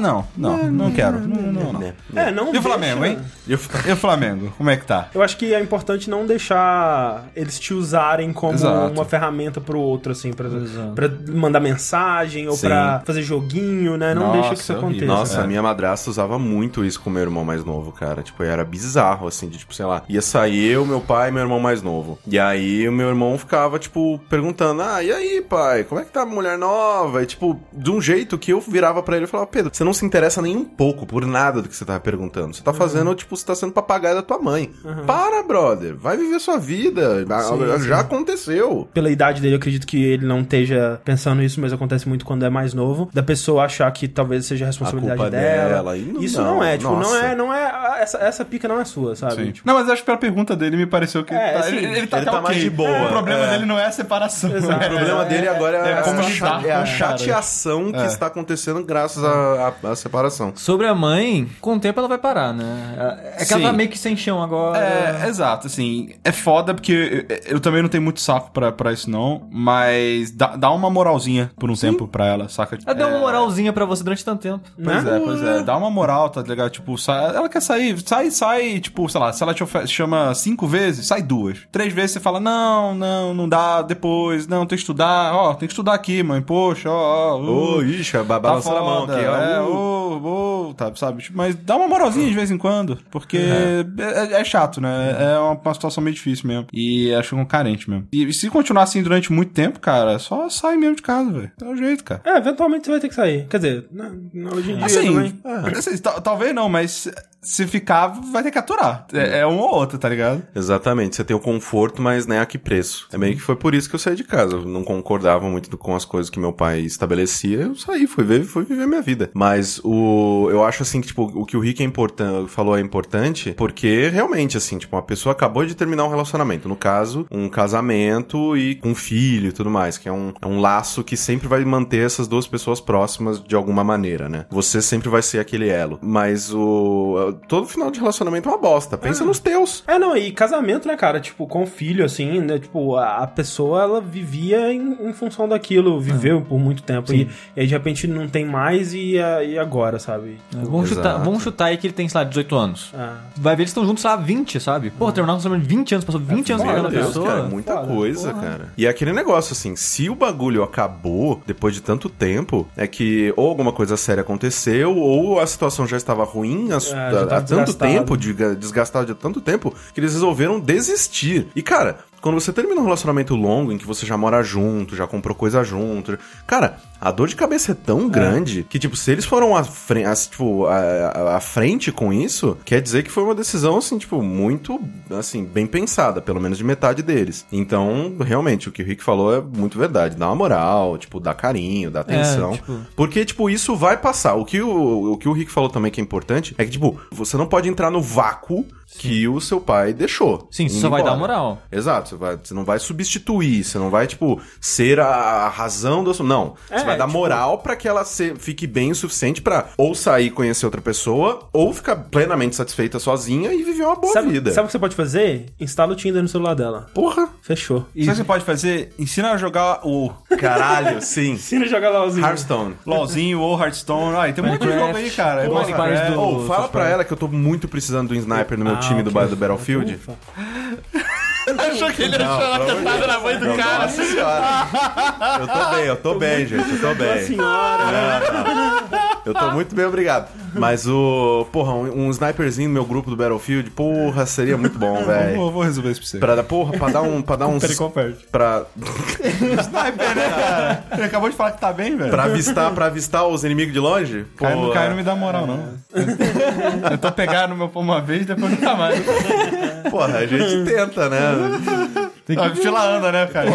não quero. Não. Não E o Flamengo, hein? E o Flamengo, como é que tá? Eu acho que é importante não deixar eles te usarem como Exato. uma ferramenta pro outro, assim, pra mandar mensagem ou Sim. pra fazer joguinho, né? Não Nossa, deixa que isso é horrível. aconteça. Nossa, a minha madrasta usava muito isso com o meu irmão mais novo, cara. Tipo, era bizarro, assim, de tipo, sei lá, ia sair eu, meu pai e meu irmão mais novo. E aí o meu irmão ficava, tipo, perguntando, e aí, pai, como é que tá a mulher nova? E, tipo, de um jeito que eu virava pra ele e falava, Pedro, você não se interessa nem um pouco por nada do que você tava perguntando. Você tá fazendo, tipo, você tá sendo papagaio da tua mãe. Para, brother, vai viver sua vida. Já aconteceu. Pela idade dele, eu acredito que ele não esteja pensando isso, mas acontece muito quando é mais novo. Da pessoa achar que talvez seja a responsabilidade culpa dela. dela. E Isso não é, tipo, nossa. não é essa pica não é sua, sabe? Sim. Tipo, Não, mas acho que pela pergunta dele me pareceu que assim, ele tá ele até tá ok. mais de boa. O problema É. dele não é a separação. Exato. O problema dele agora é, como a lidar com a o chateação que está acontecendo graças à separação. Sobre a mãe, com o tempo ela vai parar, né? É que ela Sim. tá meio que sem chão agora. Exato, assim, é foda porque eu também não tenho muito saco pra isso não, mas dá uma moralzinha por um tempo pra ela, saca? Ela deu uma moralzinha pra você durante tanto tempo. Pois é, dá uma moral, tá ligado? Tipo, ela quer sair, sai, tipo, sei lá, se ela te chama 5 vezes, sai 2. 3 vezes você fala, não dá, depois, não, tem que estudar, tem que estudar aqui, mãe, poxa, Ixi, balançando a mão aqui, ó. tá, sabe? Mas dá uma moralzinha de vez em quando, porque é chato, né? É uma situação meio difícil mesmo. E acho um carente mesmo. E se continuar assim durante muito tempo, cara, só sai mesmo de casa, velho. É o jeito, cara. Eventualmente você vai ter que sair. Quer dizer, hoje em dia Assim, também. assim, talvez não, mas se ficar, vai ter que aturar. É um ou outro, tá ligado? Exatamente, você tem o conforto, mas né, a que preço? É meio que foi por isso que eu saí de casa. Eu não concordava muito com as coisas que meu pai estabelecia, eu saí, fui viver minha vida. Mas eu acho assim que, tipo, o que o Rick falou é importante, porque realmente, assim, tipo, uma pessoa acabou de terminar um relacionamento. No caso, um casamento e com filho e tudo mais, que é um laço que sempre vai manter essas duas pessoas próximas de alguma maneira, né? Você sempre vai ser aquele elo. Mas todo final de relacionamento é uma bosta. Pensa nos teus. Não, e casamento, né, cara? Tipo, com o filho, assim, né? Tipo, a pessoa, ela vivia em função daquilo, viveu por muito tempo. E aí, de repente, não tem mais e agora, sabe? Vamos chutar aí que ele tem, sei lá, 18 anos. Vai ver, eles estão juntos, sei lá, 20, sabe? Pô, terminaram com 20 anos, passou 20 anos pegando a Deus, pessoa. cara, muita coisa, cara. E é aquele negócio, assim, se o bagulho acabou depois de tanto tempo, é que ou alguma coisa séria aconteceu, ou a situação já estava ruim há tanto tempo, desgastado de tanto tempo, que eles resolveram desistir. E, cara, quando você termina um relacionamento longo, em que você já mora junto, já comprou coisa junto, cara, a dor de cabeça é tão grande que, tipo, se eles foram à frente com isso, quer dizer que foi uma decisão, assim, tipo, muito, assim, bem pensada, pelo menos de metade deles. Então, realmente, o que o Rick falou é muito verdade. Dá uma moral, tipo, dá carinho, dá atenção. Porque, tipo, isso vai passar. O que o Rick falou também que é importante é que, tipo, você não pode entrar no vácuo que o seu pai deixou. Sim, você só vai dar moral. Exato, você não vai substituir, você não vai, tipo, ser a razão da sua... Não, você vai dar moral pra que ela fique bem o suficiente pra ou sair e conhecer outra pessoa, ou ficar plenamente satisfeita sozinha e viver uma boa vida. Sabe o que você pode fazer? Instala o Tinder no celular dela. Porra! Fechou. Sabe o que você pode fazer? Ensina a jogar o... Caralho, sim. Ensina a jogar LOLzinho. Hearthstone. LOLzinho ou Hearthstone. Tem um monte de jogo aí, cara. É Minecraft. Fala pra ela que eu tô muito precisando do sniper no meu time do Battlefield. Achou que ele ia chorar cantada na mãe do cara. Nossa senhora. Eu tô bem, gente. Eu tô bem. Nossa senhora. Eu tô muito bem, obrigado. Mas um sniperzinho no meu grupo do Battlefield, porra, seria muito bom, velho. Vou resolver isso pra você. Pra dar uns... Pra... Sniper, né, cara? Ele acabou de falar que tá bem, velho. Pra avistar os inimigos de longe? Caio não me dá moral, não. Eu tô pegando no meu pão uma vez, depois nunca mais. Porra, a gente tenta, né? A fila anda, né, cara?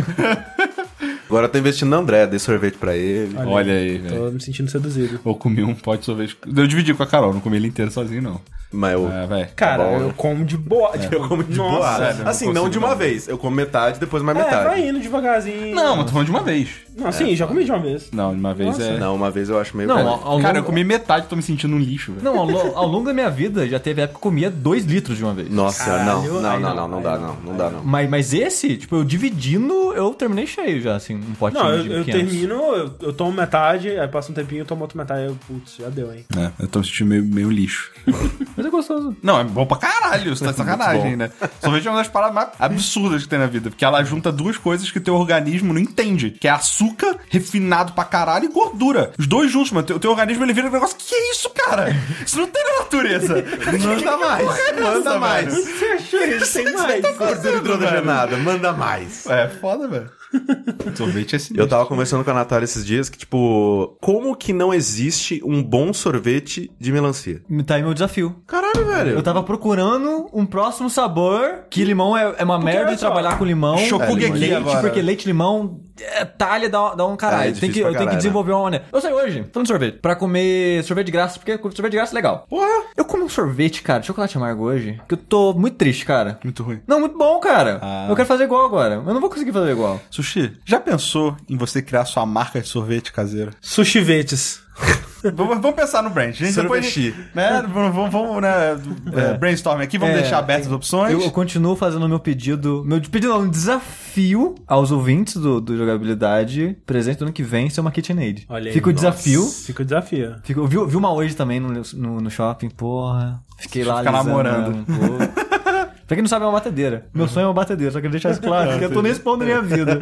Agora eu tô investindo no André, dei sorvete pra ele. Olha aí, velho. Tô me sentindo seduzido. Eu comi um pote de sorvete. Eu dividi com a Carol, não comi ele inteiro sozinho, não. Mas eu... velho. Cara, Tá bom, eu como de boa. Eu como de boa. sério, Assim, não não de uma consigo, vez. Eu como metade, depois mais metade. Vai indo devagarzinho. Não, mas tô falando de uma vez. Não, sim, já comi de uma vez. Não, de uma vez Nossa. Não, uma vez eu acho meio... Não, velho. ao Cara, eu longo... comi metade e tô me sentindo um lixo, velho. Não, ao longo da minha vida, já teve época que eu comia 2 litros de uma vez. Nossa, Caralho, não dá não. Mas esse, tipo, eu dividindo, eu terminei cheio já, assim, um potinho Não, de eu 500. termino, eu tomo metade, aí passa um tempinho, eu tomo outra metade, aí putz, já deu, hein? Eu tô me sentindo meio lixo. Mas é gostoso. Não, é bom pra caralho, você tá de sacanagem, né? Sorvete é uma das paradas mais absurdas que tem na vida, porque ela junta duas coisas que o teu organismo não entende, que é açúcar refinado pra caralho e gordura. Os dois juntos, mano. O teu organismo, ele vira um negócio, que é isso, cara? Isso não tem na natureza. Manda mais, manda mais. Você achou isso? Tem mais. Gordura hidrogenada, manda mais. É foda, velho. Sorvete é sinistro. Eu tava conversando com a Natália esses dias que, tipo, como que não existe um bom sorvete de melancia? Tá aí meu desafio. Caralho, velho. Eu tava procurando um próximo sabor, que limão é uma merda de trabalhar com limão. Chocuguegui leite, agora. porque leite e limão, talha dá um caralho. É difícil pra eu tenho que caralho, desenvolver uma maneira. Eu saí hoje, falando de sorvete, pra comer sorvete de graça, porque sorvete de graça é legal. Porra. Eu comi um sorvete, cara, de chocolate amargo hoje, que eu tô muito triste, cara. Muito ruim. Não, muito bom, cara. Eu quero fazer igual agora. Eu não vou conseguir fazer igual. Sushi, já pensou em você criar sua marca de sorvete caseiro? Sushivetes. Vamos pensar no brand. Gente, Sorvete. depois, né, vamos brainstorm aqui, vamos deixar abertas as opções. Eu continuo fazendo o meu pedido. Um desafio aos ouvintes do Jogabilidade presente do ano que vem ser uma KitchenAid. Olha aí. Fica o desafio. Fica o desafio. Vi uma hoje também no shopping, porra. Fiquei lá Fica alisando namorando. ela, Pra quem não sabe, é uma batedeira. Meu sonho é uma batedeira, só queria deixar isso claro, porque eu tô nesse ponto da minha vida.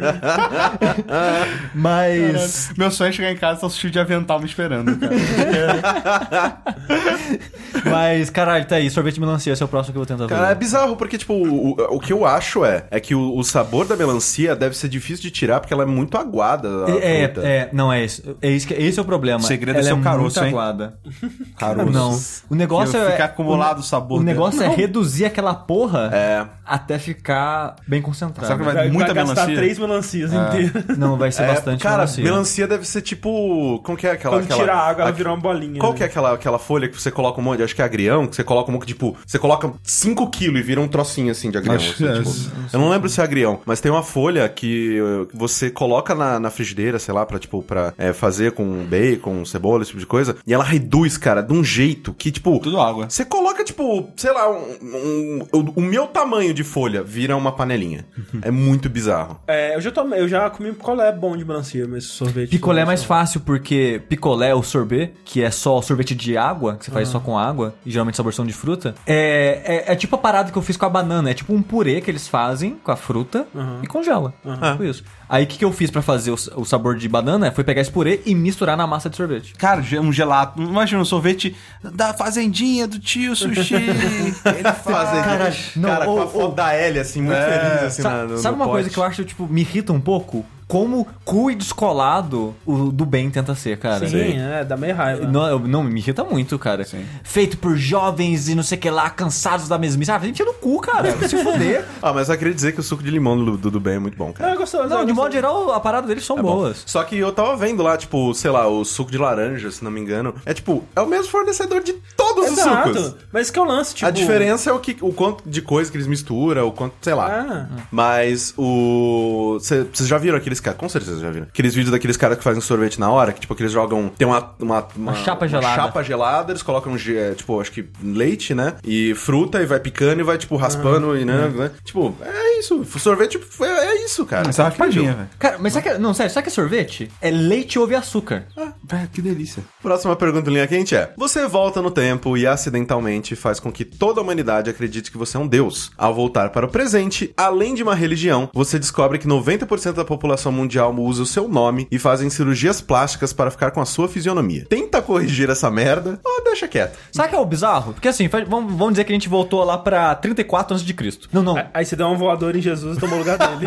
Mas... Caralho. Meu sonho é chegar em casa e tá o sushi de avental me esperando, cara. Mas, caralho, tá aí. Sorvete de melancia, esse é o próximo que eu vou tentar fazer. Cara, é bizarro, porque, tipo, o que eu acho é que o sabor da melancia deve ser difícil de tirar, porque ela é muito aguada, a fruta. Não é isso. Esse é o problema. O segredo é ela ser o muito caroço, hein? aguada. Caroço. Não. O negócio Que é... fica acumulado o sabor O negócio dele. é reduzir aquela porra gema É. até ficar bem concentrado. Será que vai muita gastar melancia? 3 melancias inteiras. Não, vai ser bastante Cara, melancia. melancia deve ser tipo... Como que é aquela... Quando tira a água, ela vira uma bolinha. Qual né? que é aquela folha que você coloca um monte? Acho que é agrião, que você coloca um monte, tipo... Você coloca 5 quilos e vira um trocinho assim de agrião. Acho assim, que é tipo. isso. Eu não lembro se é agrião, mas tem uma folha que você coloca na frigideira, sei lá, pra fazer com bacon, cebola, esse tipo de coisa. E ela reduz, cara, de um jeito que, tipo... Tudo água. Você coloca, tipo, sei lá, o meu tamanho de folha vira uma panelinha. É muito bizarro. Eu já comi picolé bom de melancia, mas sorvete... Picolé é mais fácil, porque picolé, o sorbet, que é só sorvete de água, que você faz só com água, e geralmente sabor de fruta, é tipo a parada que eu fiz com a banana. É tipo um purê que eles fazem com a fruta e congela. Tipo isso. Aí o que eu fiz pra fazer o sabor de banana foi pegar esse purê e misturar na massa de sorvete. Cara, um gelato. Imagina um sorvete da fazendinha do tio Sushi. Ele faz. Cara, com a foto da Ellie, assim, muito feliz, assim, Sabe uma coisa que eu acho, tipo, me irrita um pouco? Como cool e descolado o do bem tenta ser, cara. Sim, dá meio raiva. Não, me irrita muito, cara. Sim. Feito por jovens e não sei o que lá, cansados da mesmice. Ah, enfia no cu, cara. Vai se foder. Mas eu queria dizer que o suco de limão do bem é muito bom, cara. É gostoso. Não, de modo geral, a parada deles são boas. Só que eu tava vendo lá, tipo, sei lá, o suco de laranja, se não me engano. É tipo, é o mesmo fornecedor de todos os sucos. Mas isso que é o lance, tipo... A diferença é o quanto de coisa que eles misturam, o quanto, sei lá. Mas vocês já viram aqueles caras? Com certeza já viram. Aqueles vídeos daqueles caras que fazem sorvete na hora, que tipo, que eles jogam... Tem uma chapa gelada. Chapa gelada, eles colocam, tipo, acho que leite, né? E fruta, e vai picando e vai, tipo, raspando, e, né? Tipo, é isso. Sorvete é isso, cara. Essa é uma raspadinha, velho. Cara, mas sabe que... Não, sério, sabe que é sorvete? É leite, ovo e açúcar. Velho, que delícia. Próxima pergunta em linha quente é: você volta no tempo e acidentalmente faz com que toda a humanidade acredite que você é um deus. Ao voltar para o presente, além de uma religião, você descobre que 90% da população mundial usa o seu nome e fazem cirurgias plásticas para ficar com a sua fisionomia. Tenta corrigir essa merda ou deixa quieto. Sabe o que é o bizarro? Porque assim, vamos dizer que a gente voltou lá pra 34 a.C. Não. Aí você deu um voador em Jesus e tomou o lugar dele.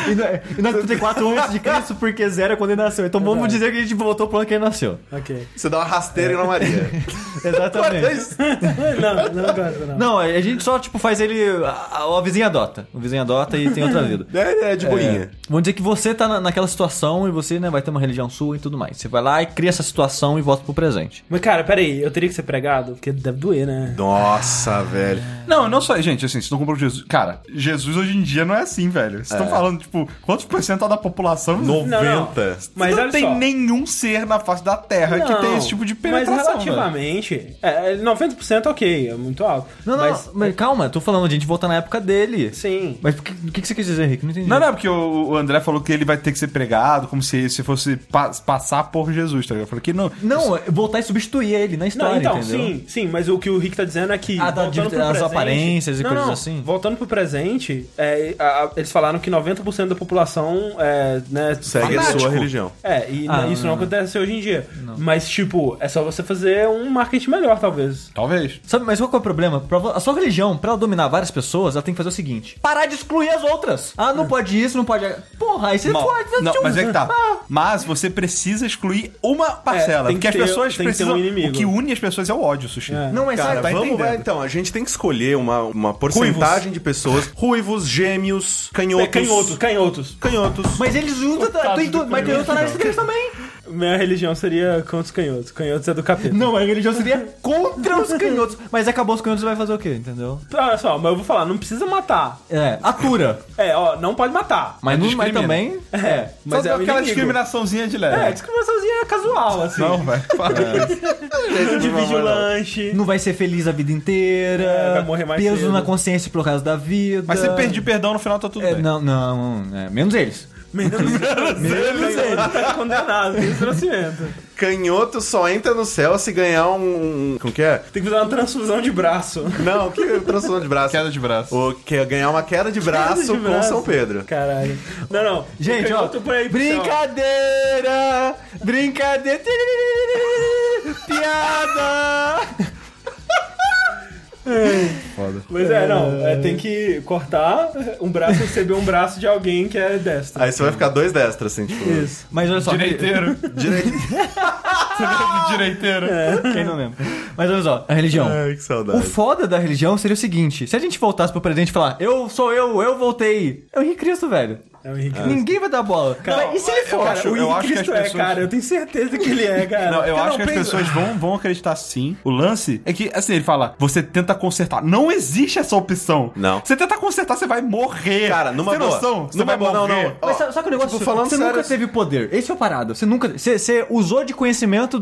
E não é 34 a.C. porque 0 é quando ele nasceu. Então vamos dizer que a gente voltou pro ano que ele nasceu. Ok. Você dá uma rasteira na Maria. Exatamente. Não gosto, não. Não, a gente só, tipo, faz ele... O vizinho adota. O vizinho adota e tem outra vida. É de boinha. Vamos dizer que você tá naquela situação e você, né, vai ter uma religião sua e tudo mais. Você vai lá e cria essa situação e volta pro presente. Mas, cara, peraí, eu teria que ser pregado? Porque deve doer, né? Nossa, velho. Não só... Gente, assim, vocês não compram Jesus... Cara, Jesus hoje em dia não é assim, velho. Vocês estão falando, tipo, quantos percentual da população... 90. Mas não olha tem só. nenhum ser na face da Terra que tem esse tipo de penetração, mas relativamente, 90% ok, é muito alto. Mas calma, eu tô falando de a gente voltar na época dele. Sim. Mas o que você quis dizer, Henrique? Não entendi. Não, porque o André falou que ele vai ter que ser pregado como se fosse passar por Jesus, tá ligado? Eu falei que não... Não, voltar e substituir ele na história, Não, então, entendeu? sim, mas o que o Rick tá dizendo é que... As aparências e coisas assim. Voltando pro presente, eles falaram que 90% da população né, Segue fanático. a sua religião. Isso não acontece hoje em dia. Mas, tipo, é só você fazer um marketing melhor, talvez. Talvez. Sabe, mas qual que é o problema? A sua religião, pra ela dominar várias pessoas, ela tem que fazer o seguinte: parar de excluir as outras. Ah, não pode isso, não pode... Porra, aí você pode... Não, mas é que tá. Mas você precisa excluir uma parcela. tem Porque que as ter- pessoas tem que ter um precisam... inimigo. O que une as pessoas é o ódio, Sushi. Não, mas Cara, sabe... então, a gente tem que escolher uma porcentagem de pessoas, ruivos, gêmeos, canhotos. Canhotos. Mas eles juntam... Mas canhoto tá na lista deles também. Minha religião seria contra os canhotos. Canhotos é do capeta. Não, a religião seria contra os canhotos. Mas acabou os canhotos, vai fazer o quê, entendeu? Olha só, mas eu vou falar, não precisa matar. Atura. Não pode matar. Mas discrimina. também... Mas Só é o aquela inimigo. discriminaçãozinha de leve. Discriminaçãozinha casual, assim. Não, velho. Divide o lanche. Não vai ser feliz a vida inteira. Vai morrer mais peso cedo. na consciência pro resto da vida. Mas se pedir perdão, no final tá tudo bem. Não, menos eles. Menos ele tá condenado, tem esse nascimento. Canhoto só entra no céu se ganhar Como que é? Tem que fazer uma transfusão de braço. Não, que transformação de braço? Queda de braço. O que é ganhar uma queda de braço de com braço. São Pedro. Caralho. Não. Gente, ó, Canhoto por aí pro céu. brincadeira, piada. Foda. Mas tem que cortar um braço e receber um braço de alguém que é destro. Aí você vai ficar 2 destros, assim, tipo... Isso. Mas olha só, Direiteiro. Direito. Do direiteiro. Quem não lembra? Mas olha só, a religião. Ai, que saudade. O foda da religião seria o seguinte: se a gente voltasse pro presente e falar, eu voltei. É o Henrique Cristo, velho. É o Henrique. Ninguém vai dar bola. Cara, e se ele for? Cara, o eu acho Henrique que as Cristo é, pessoas- cara. Eu tenho certeza que ele é, cara. Não, eu Cara, acho não, que as pensa- pessoas vão acreditar sim. O lance é que, assim, ele fala, você tenta consertar. Não existe essa opção. Não. Você tenta consertar, você vai morrer. Cara, numa Você tem boa. noção? Você Numa vai boa, não, morrer. não. Ó, Mas sabe o negócio? tipo, falando você sério, nunca teve poder. Esse é o parado. Você nunca. Você usou de conhecimento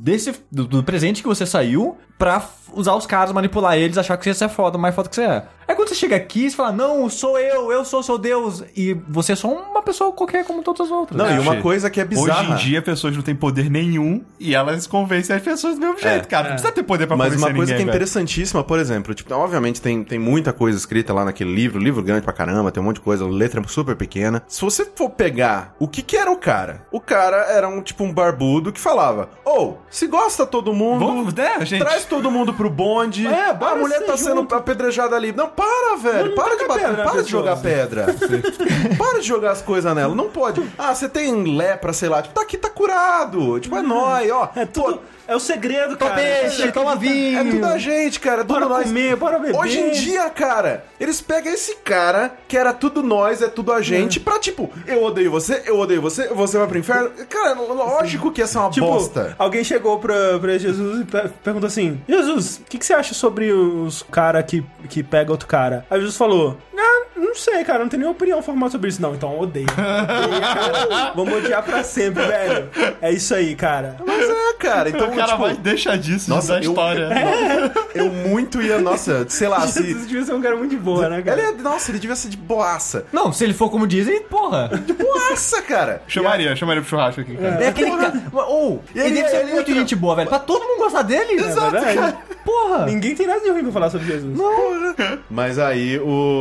do presente que você saiu pra usar os caras, manipular eles, achar que você é foda, mais foda que você é. Aí quando você chega aqui, você fala, não, sou eu sou seu Deus. E você é só uma pessoa qualquer como todas as outras. Não, e uma Che, coisa que é bizarra. Hoje em dia, pessoas não têm poder nenhum e elas convencem as pessoas do mesmo jeito, cara. Não precisa ter poder pra Mas convencer uma coisa ninguém, que é velho. interessantíssima, por exemplo, tipo, obviamente tem muita coisa escrita lá naquele livro grande pra caramba, tem um monte de coisa, letra super pequena. Se você for pegar o que era o cara era um barbudo que falava, se gosta todo mundo, Vamos, né, gente? traz todo mundo pro bonde, a bora mulher ser tá sendo junto. apedrejada ali. Não, para, velho, para de taca bater, pedra na para de pessoa. jogar pedra. Para de jogar as coisas nela, não pode. Ah, você tem lepra, sei lá, tipo, tá aqui, tá curado, tipo, é nóis, ó. É tudo. É o segredo, cara. Peixe, toma vinho. É tudo a gente, cara. É tudo Bora nós. comer, bora beber. Hoje em dia, cara, eles pegam esse cara, que era tudo nós, é tudo a gente, pra tipo, eu odeio você, você vai pro inferno. Cara, lógico que essa é uma Tipo, bosta. alguém chegou pra Jesus e perguntou assim: Jesus, o que você acha sobre os cara que pega outro cara? Aí Jesus falou: não sei, cara, não tenho nenhuma opinião formada sobre isso. Não, então eu odeio. Odeio, cara. Vamos odiar pra sempre, velho. É isso aí, cara. Mas cara, então, O cara tipo, vai deixar disso nossa, da história. eu muito ia, nossa, sei lá, se... Jesus devia ser um cara muito de boa, né, cara? Ele devia ser de boaça. Não, se ele for como dizem, porra. De boaça, cara. Chamaria pro churrasco aqui, cara. É aquele cara. Ele deve ser muito gente boa, velho. Pra todo mundo gostar dele. Exato, verdade. cara. Porra. Ninguém tem nada de ruim pra falar sobre Jesus. Mas aí,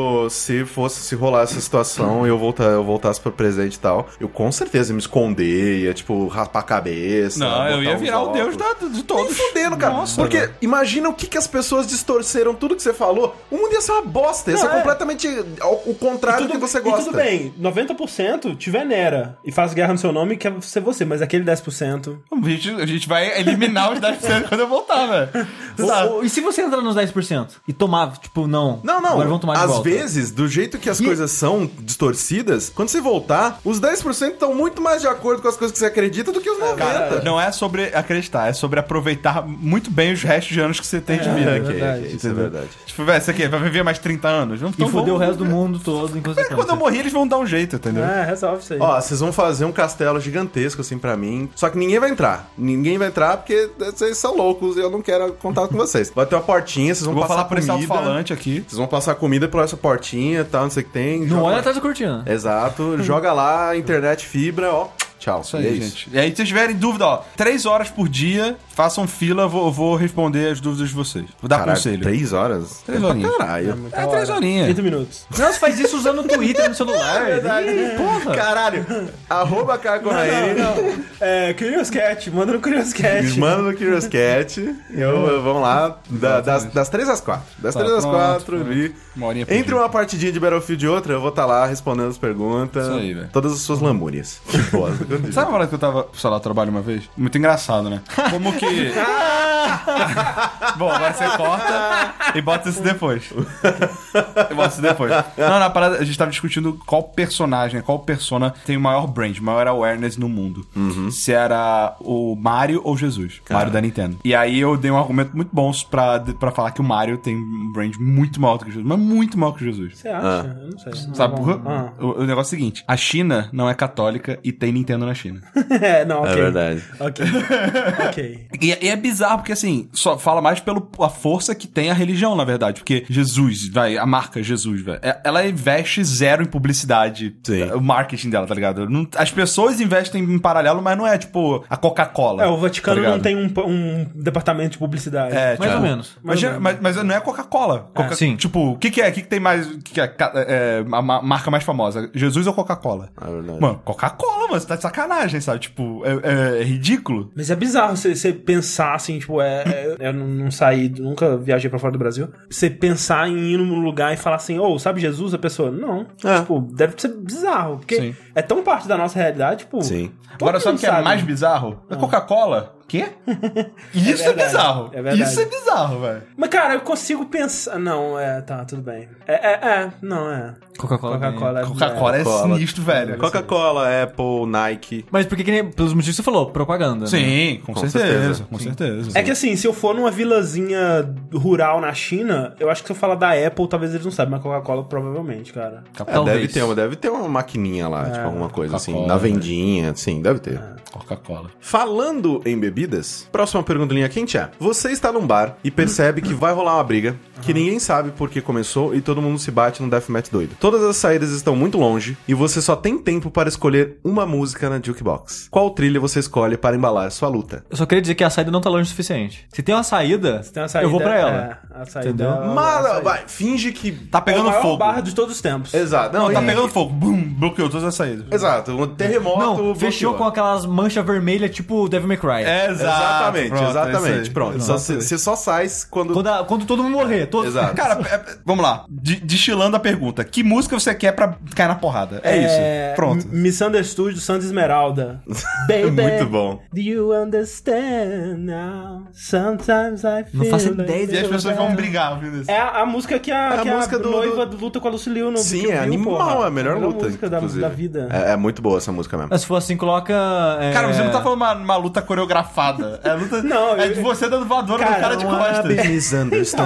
se rolasse essa situação e eu voltasse pro presente e tal, eu com certeza ia me esconder, ia, tipo, raspar a cabeça. Não, eu botar ia uns virar o deus óculos. de todos. Nem fudendo, cara. Nossa, Porque velho. imagina o que as pessoas distorceram tudo que você falou. O mundo ia ser uma bosta. Ia Não, ser completamente o contrário do que você gosta. E tudo bem, 90% te venera e faz guerra no seu nome e quer ser você, mas aquele 10%... A gente vai eliminar os 10% quando eu voltar, velho. Sabe? E se você entrar nos 10% e tomar, tipo, não. Não. Agora vão tomar de Às volta. vezes, do jeito que as coisas são distorcidas, quando você voltar, os 10% estão muito mais de acordo com as coisas que você acredita do que os 90%. Cara, não é sobre acreditar, é sobre aproveitar muito bem os restos de anos que você tem de vida. Ok, isso é verdade. Tipo, velho, você quer? Vai viver mais 30 anos? Não, E fodeu o resto do mundo todo em consequência. Quando eu morrer, eles vão dar um jeito, entendeu? resolve isso aí. Ó, vocês vão fazer um castelo gigantesco, assim, pra mim. Só que ninguém vai entrar. Ninguém vai entrar porque vocês são loucos e eu não quero contato com vocês. Vai ter uma portinha, vocês Eu vão vou passar falar por esse comida. alto-falante aqui. Vocês vão passar comida por essa portinha e tal, não sei o que tem. Não joga- olha atrás da cortina. Exato. Joga lá, internet, fibra, ó. Tchau. Isso aí, gente. E aí, se vocês tiverem dúvida, ó, 3 horas por dia, façam fila, eu vou responder as dúvidas de vocês. Vou dar Caralho, conselho. 3 horas? 3 É horinhas. pra caralho. É 3 horinhas. 30 minutos. Não, você faz isso usando o Twitter no celular. Porra. Caralho. Arroba Caco Raine. Curioscat, manda no Curioscat. Me manda no Curious Cat. Vamos lá. Das 3 às 4. Das Tá, 3 às pronto, 4 pronto. ali. Uma horinha por Entre dia. uma partidinha de Battlefield e outra, eu vou estar lá respondendo as perguntas. Isso aí, velho. Todas as suas lamúrias. Boa. Sabe uma hora que eu tava, sei lá, trabalho uma vez? Muito engraçado, né? Como que... Bom, agora você corta e bota isso depois. Eu boto isso depois. Não, na parada, a gente tava discutindo qual personagem, qual persona tem o maior brand, maior awareness no mundo. Se era o Mario ou Jesus. Mario da Nintendo. E aí eu dei um argumento muito bom pra falar que o Mario tem um brand muito maior do que Jesus. Mas muito maior que Jesus. Você acha? Eu não sei. Sabe por quê? Ah. O negócio é o seguinte: a China não é católica e tem Nintendo na China. Não, ok. É verdade. Ok. E é bizarro, porque assim, só fala mais pela força que tem a religião, na verdade. Porque Jesus, a marca Jesus, ela investe zero em publicidade. Sim. O marketing dela, tá ligado? As pessoas investem em paralelo, mas não é tipo a Coca-Cola. O Vaticano tá não ligado? tem um departamento de publicidade. É, Mais tipo, ou menos. Mas não é Coca-Cola. Sim. Tipo, o que é? O que tem mais... O que é a marca mais famosa? Jesus ou Coca-Cola? É verdade. Mano, Coca-Cola, mano. Você tá de sacanagem, sabe? Tipo, é ridículo. Mas é bizarro você pensar assim, tipo, eu não saí, nunca viajei pra fora do Brasil. Você pensar em ir num lugar e falar assim, sabe Jesus? A pessoa, não. É. Tipo, deve ser bizarro. Porque Sim. é tão parte da nossa realidade, tipo... Sim. todo Agora, sabe o mundo que é mais bizarro? A Coca-Cola Quê? Isso é verdade, bizarro. é verdade. Isso é bizarro, velho. Mas, cara, eu consigo pensar... Não, tá, tudo bem. Não, é. Coca-Cola. Coca-Cola Coca-Cola é Coca-Cola. sinistro, velho. Coca-Cola, Apple, Nike. Mas porque, pelos motivos que você falou, propaganda. Né? Sim, com certeza. Com Sim. certeza. É que assim, se eu for numa vilazinha rural na China, eu acho que se eu falar da Apple, talvez eles não saibam, mas Coca-Cola provavelmente, cara. Talvez. Deve ter uma maquininha lá, tipo alguma coisa assim, Coca-Cola, na vendinha, sim, deve ter. Coca-Cola. Falando em bebidas, próxima pergunta linha quente é: você está num bar e percebe que vai rolar uma briga, que ninguém sabe por que começou e todo mundo se bate no deathmatch doido. Todas as saídas estão muito longe e você só tem tempo para escolher uma música na jukebox. Qual trilha você escolhe para embalar sua luta? Eu só queria dizer que a saída não tá longe o suficiente. Se tem uma saída, eu vou pra ela. A saída, Entendeu? Mas, vai, finge que Tá é pegando o maior fogo. barra de todos os tempos. Exato. Não, tá e- pegando fogo. Bum, bloqueou todas as saídas. Exato, um terremoto Não, bloqueou. fechou com aquelas manchas vermelhas tipo Devil May Cry. É, Exatamente, pronto, exatamente. é isso aí. Pronto. Você só sai quando... Quando todo mundo morrer. Exato. Cara, vamos lá. Destilando a pergunta. Que música você quer pra cair na porrada? É isso. Pronto. Misunderstood do Santa Esmeralda. Baby, Muito bom. do you understand now? Sometimes I feel Não faço like ideia E as pessoas vão brigar ouvindo isso. É a música que a música noiva luta com a Lucy Liu no Sim, Kill é Bill, animal, porra. é a melhor luta, música inclusive. da vida. É muito boa essa música mesmo. Mas se for assim, coloca... Cara, você não tá falando uma luta coreografada. É luta. Não, é de você dando voadora no cara de costas.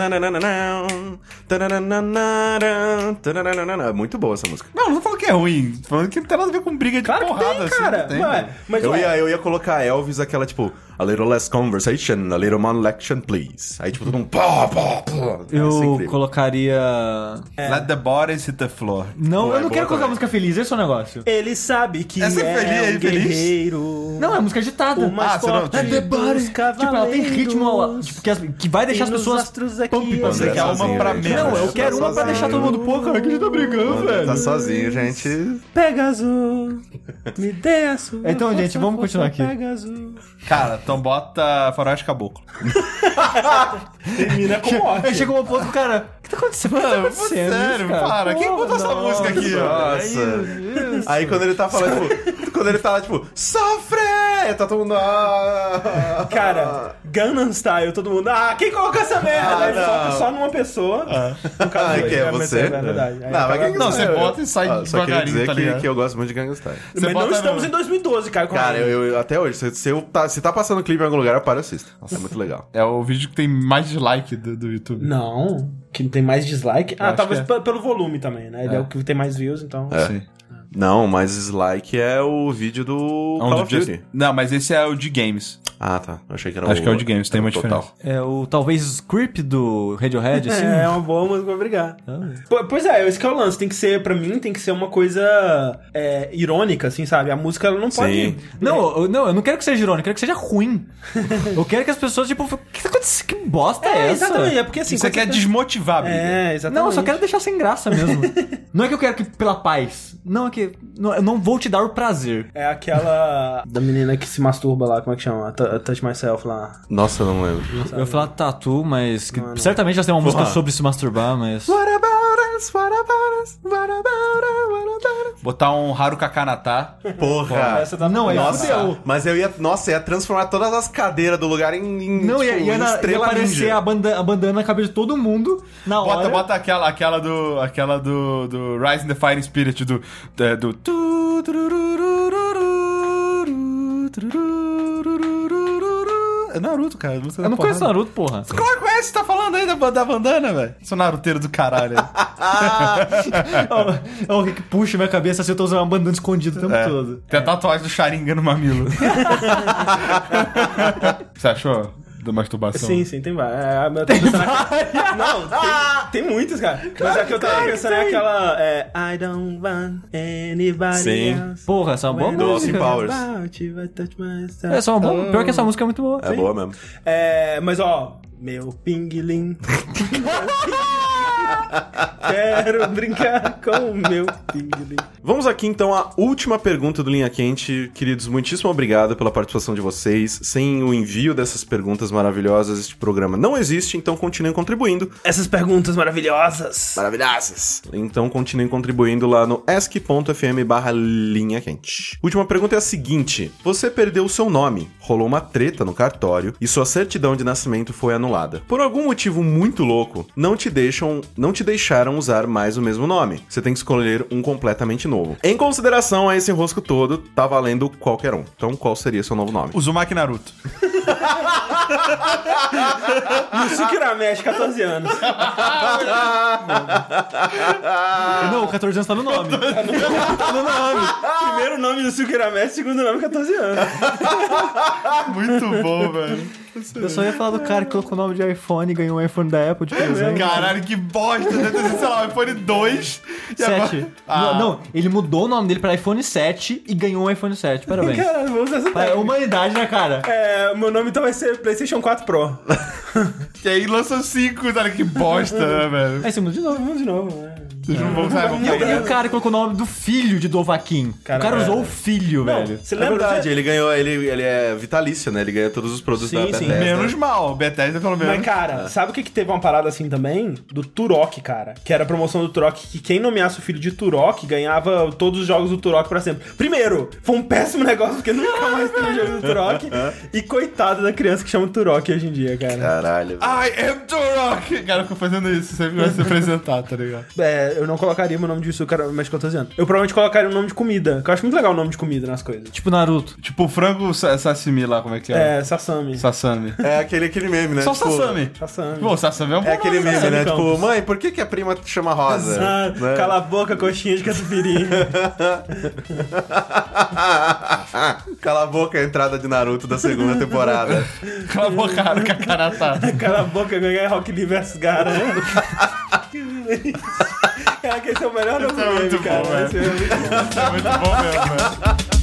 É muito boa essa música. Não tô falando que é ruim. Tô falando que não tem nada a ver com briga de Claro que porrada. tem, assim, cara. não tem, Ué, mas Eu ia colocar Elvis, aquela tipo, a little less conversation, a little more action, please. Aí tipo, todo mundo. Pá, pá, pá. Eu Isso é incrível. colocaria... Let the bodies hit the floor. Não, Pô, eu é não boa quero colocar também. música feliz, esse é o negócio. ele sabe que Essa é feliz, um feliz? guerreiro. Não, é música agitada. O mais você não- forte Let the dos Tipo, ela tem ritmo tipo, que vai deixar as pessoas pump pra Você André quer uma sozinho, pra gente. menos. Não, eu Tá quero uma pra sozinho. deixar todo mundo, pô, cara, que a gente tá brigando, André velho. Tá sozinho, gente. Pegasus, me dê a sua Então, força, gente, vamos força, continuar aqui. Pegasus. Cara, então bota Faroeste Caboclo. Termina com morte. Aí chega um ponto que o cara... O que tá acontecendo? O que tá acontecendo? sério, isso, cara? para. Quem botou essa música aqui, ó? Nossa. Aí quando ele tá falando, tipo, quando ele tá lá, tipo, sofre! Tá todo mundo. Cara, Gangnam Style, todo mundo. Quem colocou essa merda? Aí não. foca só numa pessoa. No caso Ai, dele, que é mas você? É verdade. Aí Não, acaba- mas Gangnam Não, você Style, bota e sai Só queria devagarinho, dizer tá ligado? que eu gosto muito de Gangnam Style. Mas não bota estamos no- em 2012, Caio. Cara, eu até hoje, se tá passando clipe em algum lugar, eu paro e assisto. Nossa, é muito legal. É o vídeo que tem mais dislike do YouTube. Não, que tem mais dislike. acho Talvez que pelo volume também, né? Ele é o que tem mais views, então. Sim. Não, mas dislike é o vídeo do Call of Duty. Não, mas esse é o de games. Ah, tá. Eu achei que era Acho que é o de games, tem uma total. diferença. É o talvez Creep do Radiohead, assim. É uma boa música pra brigar. Pois é, esse que é o lance. Tem que ser, pra mim, tem que ser uma coisa irônica, assim, sabe? A música ela não pode. Sim. Não, eu não quero que seja irônico, eu quero que seja ruim. Eu quero que as pessoas, tipo, o que tá acontecendo? Que bosta é essa? Exatamente. É porque assim. Você quando quer desmotivar a briga. É, exatamente. Não, eu só quero deixar sem graça mesmo. Não é que eu quero que pela paz. Não, é que eu não vou te dar o prazer. É aquela da menina que se masturba lá, como é que chama? Touch Myself lá. Nossa, eu não lembro. Eu ia falar tatu, mas que certamente elas têm uma música sobre se masturbar, mas... What about us? What about us? What about us? What about us? Botar um Haru Kakanata. Porra. Essa tá Não, aí Nossa, fudeu. mas eu ia transformar todas as cadeiras do lugar em Não, tipo, ia em aparecer ninja. a bandana na cabeça de todo mundo na hora. Bota aquela do Rise in the Fighting Spirit do É Naruto, cara. Eu não conheço Naruto, porra. Claro que conhece, você tá falando aí da bandana, velho. Sou naruteiro do caralho. Ó, o Rick puxa minha cabeça assim, eu tô usando uma bandana escondida o tempo todo. Tem a tatuagem do Sharingan no mamilo. Você achou? Da masturbação? Sim, tem várias. Eu tô pensando Não, tem muitas, cara. Mas a que eu tava pensando é aquela. I don't want anybody Sim. else. Porra, essa é uma boa Do Austin música. Powers. About you, I touch myself. Essa é uma boa. Pior que essa música é muito boa. É boa mesmo. Mas ó, meu pinguilim. Quero brincar com o meu filho. Vamos aqui então à última pergunta do Linha Quente. Queridos, muitíssimo obrigado pela participação de vocês. Sem o envio dessas perguntas maravilhosas, este programa não existe, então continuem contribuindo. Essas perguntas maravilhosas. Maravilhosas! Então continuem contribuindo lá no ask.fm/Linha Quente. Última pergunta é a seguinte: você perdeu o seu nome, rolou uma treta no cartório e sua certidão de nascimento foi anulada. Por algum motivo muito louco, não te deixaram usar mais o mesmo nome. Você tem que escolher um completamente novo. Em consideração a esse enrosco todo, tá valendo qualquer um. Então, qual seria seu novo nome? Uzumaki Naruto. Yusuke Urameshi, 14 anos. Não, o 14 anos tá no nome. Tá no nome. Primeiro nome do Yusuke Urameshi, segundo nome, 14 anos. Muito bom, velho. Eu só ia falar do cara que colocou o nome de iPhone e ganhou um iPhone da Apple de presente. Caralho, que bosta. Deve ter sido, sei lá, um iPhone 2. 7. Não, ele mudou o nome dele pra iPhone 7 e ganhou um iPhone 7. Parabéns. Caralho, vamos usar essa É técnica. humanidade, né, cara? Meu nome então vai ser PlayStation 4 Pro. Que aí lançou 5, tá? Que bosta, né, velho? Aí você muda de novo. Vamos de novo, né? Vocês não vão sair, E o cara que colocou o nome do filho de Dovahkiin. Cara, o cara usou o filho, velho. Você É lembra? verdade, ele ganhou, ele é vitalício, né? Ele ganha todos os produtos Sim, da sim. Bethesda. Menos mal, Bethesda pelo menos. Mas, cara, sabe o que teve uma parada assim também? Do Turok, cara. Que era a promoção do Turok, que quem nomeasse o filho de Turok ganhava todos os jogos do Turok pra sempre. Primeiro, foi um péssimo negócio, porque nunca mais teve jogo do Turok. E coitado da criança que chama Turok hoje em dia, cara. Caralho. I am Turok! Cara, eu fico fazendo isso, sempre vai se apresentar, tá ligado? Eu não colocaria meu nome de Yusuke Urameshi, 14 anos. Eu provavelmente colocaria o nome de comida, que eu acho muito legal o nome de comida nas coisas. Tipo Naruto. Tipo frango sashimi lá, como é que é? Sasami. Sasami. É aquele meme, né? Só Tipo, Sasami. Sasami. Pô, Sasami é um bom É aquele nome, meme, né? Campos. Tipo, mãe, por que a prima te chama Rosa? Ah, Né? Cala a boca, coxinha de catupiry. Cala a boca, a entrada de Naruto da segunda temporada. Cala a boca, cara, que a cara tá. Cala a boca, ganhar Rock Lee vs Gara. Cara, que esse é o melhor nome é muito meme, cara. bom, velho. Esse é muito bom. É muito bom mesmo, velho.